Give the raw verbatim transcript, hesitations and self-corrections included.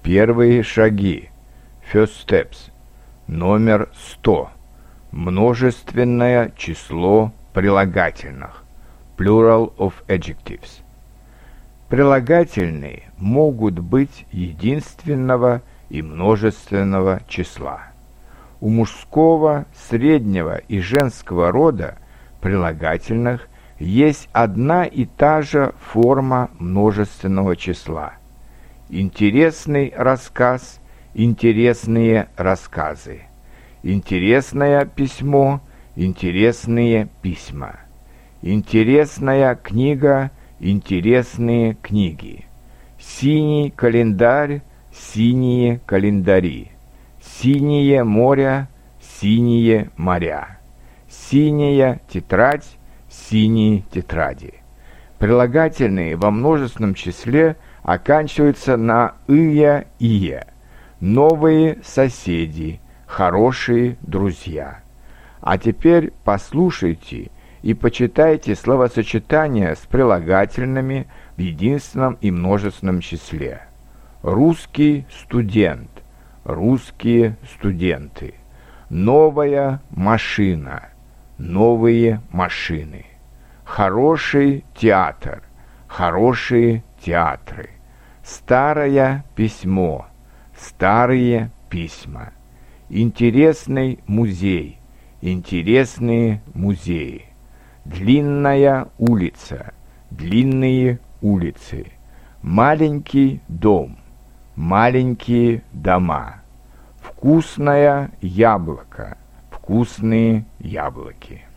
Первые шаги. First steps. Номер сто. Множественное число прилагательных. Plural of adjectives. Прилагательные могут быть единственного и множественного числа. У мужского, среднего и женского рода прилагательных есть одна и та же форма множественного числа. Интересный рассказ, интересные рассказы. Интересное письмо, интересные письма. Интересная книга, интересные книги. Синий календарь, синие календари. Синее море, синие моря. Синяя тетрадь, синие тетради. Прилагательные во множественном числе оканчиваются на «ия», «ие». Новые соседи, хорошие друзья. А теперь послушайте и почитайте словосочетания с прилагательными в единственном и множественном числе. Русский студент, русские студенты. Новая машина, новые машины. Хороший театр, хорошие театры. Старое письмо, старые письма. Интересный музей, интересные музеи. Длинная улица, длинные улицы. Маленький дом, маленькие дома. Вкусное яблоко, вкусные яблоки.